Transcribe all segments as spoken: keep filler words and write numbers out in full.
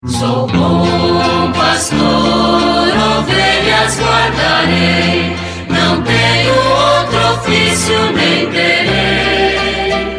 Sou bom pastor, ovelhas guardarei, não tenho outro ofício nem terei.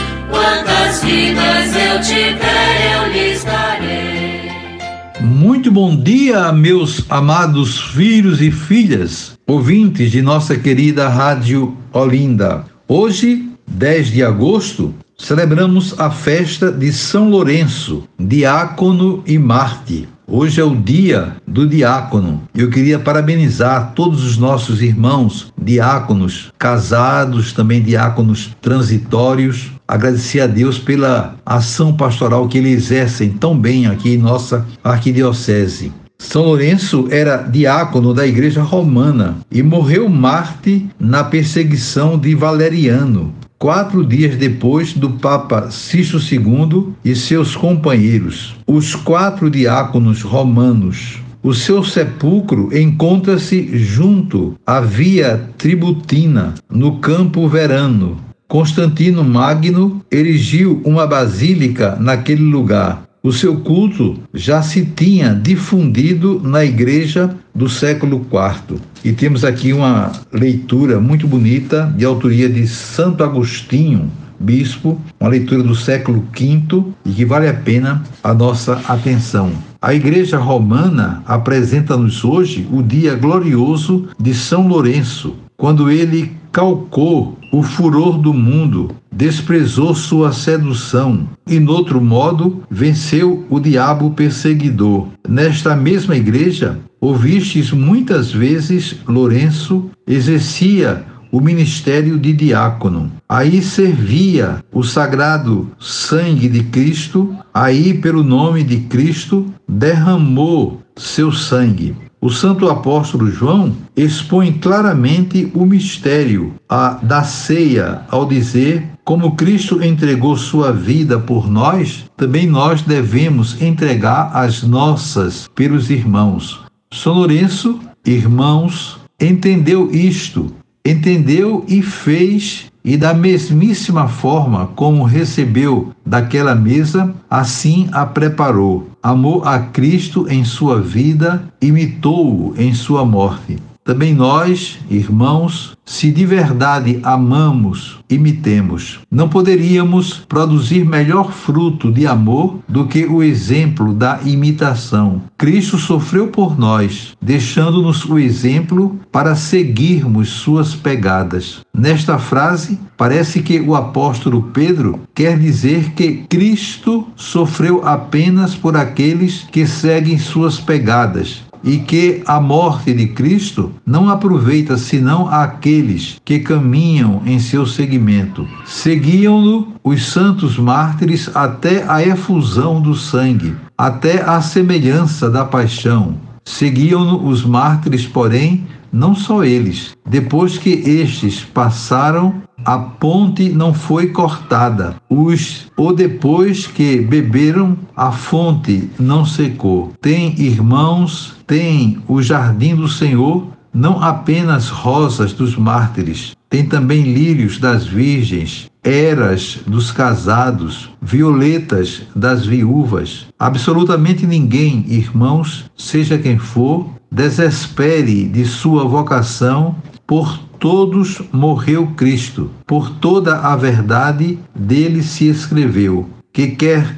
Quantas vidas eu tiver, eu lhes darei. Muito bom dia, meus amados filhos e filhas, ouvintes de nossa querida Rádio Olinda. Hoje, dez de agosto, celebramos a festa de São Lourenço, diácono e mártir. Hoje é o dia do diácono. Eu queria parabenizar todos os nossos irmãos diáconos, casados, também diáconos transitórios. Agradecer a Deus pela ação pastoral que eles exercem tão bem aqui em nossa arquidiocese. São Lourenço era diácono da Igreja Romana e morreu mártir na perseguição de Valeriano, quatro dias depois do Papa Sisto segundo e seus companheiros, os quatro diáconos romanos. O seu sepulcro encontra-se junto à Via Tributina, no Campo Verano. Constantino Magno erigiu uma basílica naquele lugar. O seu culto já se tinha difundido na igreja do século quarto. E temos aqui uma leitura muito bonita de autoria de Santo Agostinho, bispo, uma leitura do século quinto e que vale a pena a nossa atenção. A Igreja Romana apresenta-nos hoje o dia glorioso de São Lourenço, quando ele calcou o furor do mundo, desprezou sua sedução e, noutro modo, venceu o diabo perseguidor. Nesta mesma igreja, ouvistes muitas vezes Lourenço exercia o ministério de diácono. Aí servia o sagrado sangue de Cristo, aí, pelo nome de Cristo, derramou seu sangue. O santo apóstolo João expõe claramente o mistério a, da ceia ao dizer: como Cristo entregou sua vida por nós, também nós devemos entregar as nossas pelos irmãos. São Lourenço, irmãos, entendeu isto, entendeu e fez, e da mesmíssima forma como recebeu daquela mesa, assim a preparou. Amou a Cristo em sua vida, imitou-o em sua morte. Também nós, irmãos, se de verdade amamos, imitemos. Não poderíamos produzir melhor fruto de amor do que o exemplo da imitação. Cristo sofreu por nós, deixando-nos o exemplo para seguirmos suas pegadas. Nesta frase, parece que o apóstolo Pedro quer dizer que Cristo sofreu apenas por aqueles que seguem suas pegadas, e que a morte de Cristo não aproveita senão àqueles que caminham em seu seguimento. Seguiam-no os santos mártires até a efusão do sangue, até a semelhança da paixão. Seguiam-no os mártires, porém, não só eles. Depois que estes passaram, a ponte não foi cortada. Os, ou depois que beberam, a fonte não secou. Tem, irmãos, tem o jardim do Senhor, não apenas rosas dos mártires. Tem também lírios das virgens, eras dos casados, violetas das viúvas. Absolutamente ninguém, irmãos, seja quem for, desespere de sua vocação. Por todos morreu Cristo, por toda a verdade dele se escreveu, que quer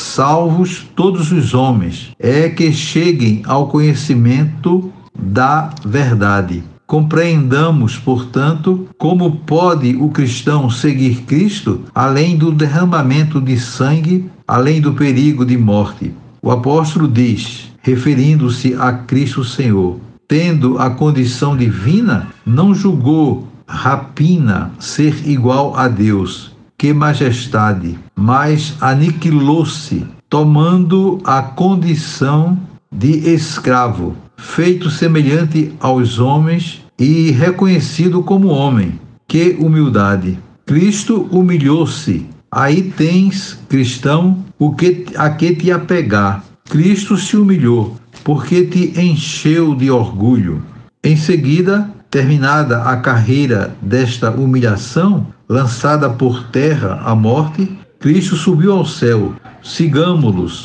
salvos todos os homens, é que cheguem ao conhecimento da verdade. Compreendamos, portanto, como pode o cristão seguir Cristo além do derramamento de sangue, além do perigo de morte. O apóstolo diz, referindo-se a Cristo Senhor: tendo a condição divina, não julgou rapina ser igual a Deus, que majestade, mas aniquilou-se, tomando a condição de escravo, feito semelhante aos homens e reconhecido como homem. Que humildade! Cristo humilhou-se. Aí tens, cristão, o que, a que te apegar. Cristo se humilhou, porque te encheu de orgulho. Em seguida, terminada a carreira desta humilhação, lançada por terra à morte, Cristo subiu ao céu. Sigamo-los.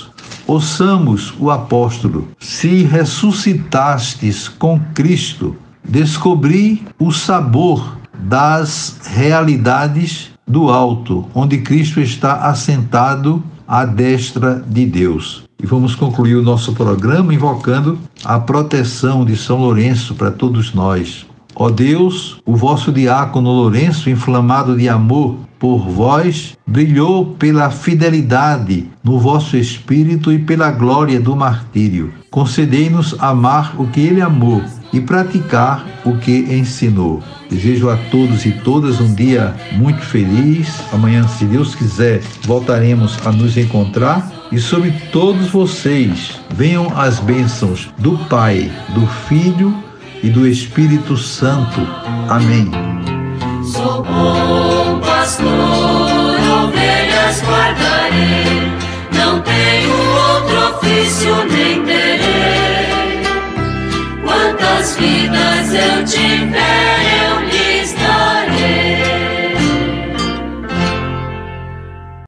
Ouçamos o apóstolo: se ressuscitastes com Cristo, descobri o sabor das realidades do alto, onde Cristo está assentado à destra de Deus. E vamos concluir o nosso programa invocando a proteção de São Lourenço para todos nós. Ó Deus, o vosso diácono Lourenço, inflamado de amor por vós, brilhou pela fidelidade no vosso espírito e pela glória do martírio. Concedei-nos amar o que ele amou e praticar o que ensinou. Desejo a todos e todas um dia muito feliz. Amanhã, se Deus quiser, voltaremos a nos encontrar. E sobre todos vocês, venham as bênçãos do Pai, do Filho e do Espírito Santo. Amém. Sou bom pastor, ovelhas guardarei, não tenho outro ofício nem terei. Quantas vidas eu tive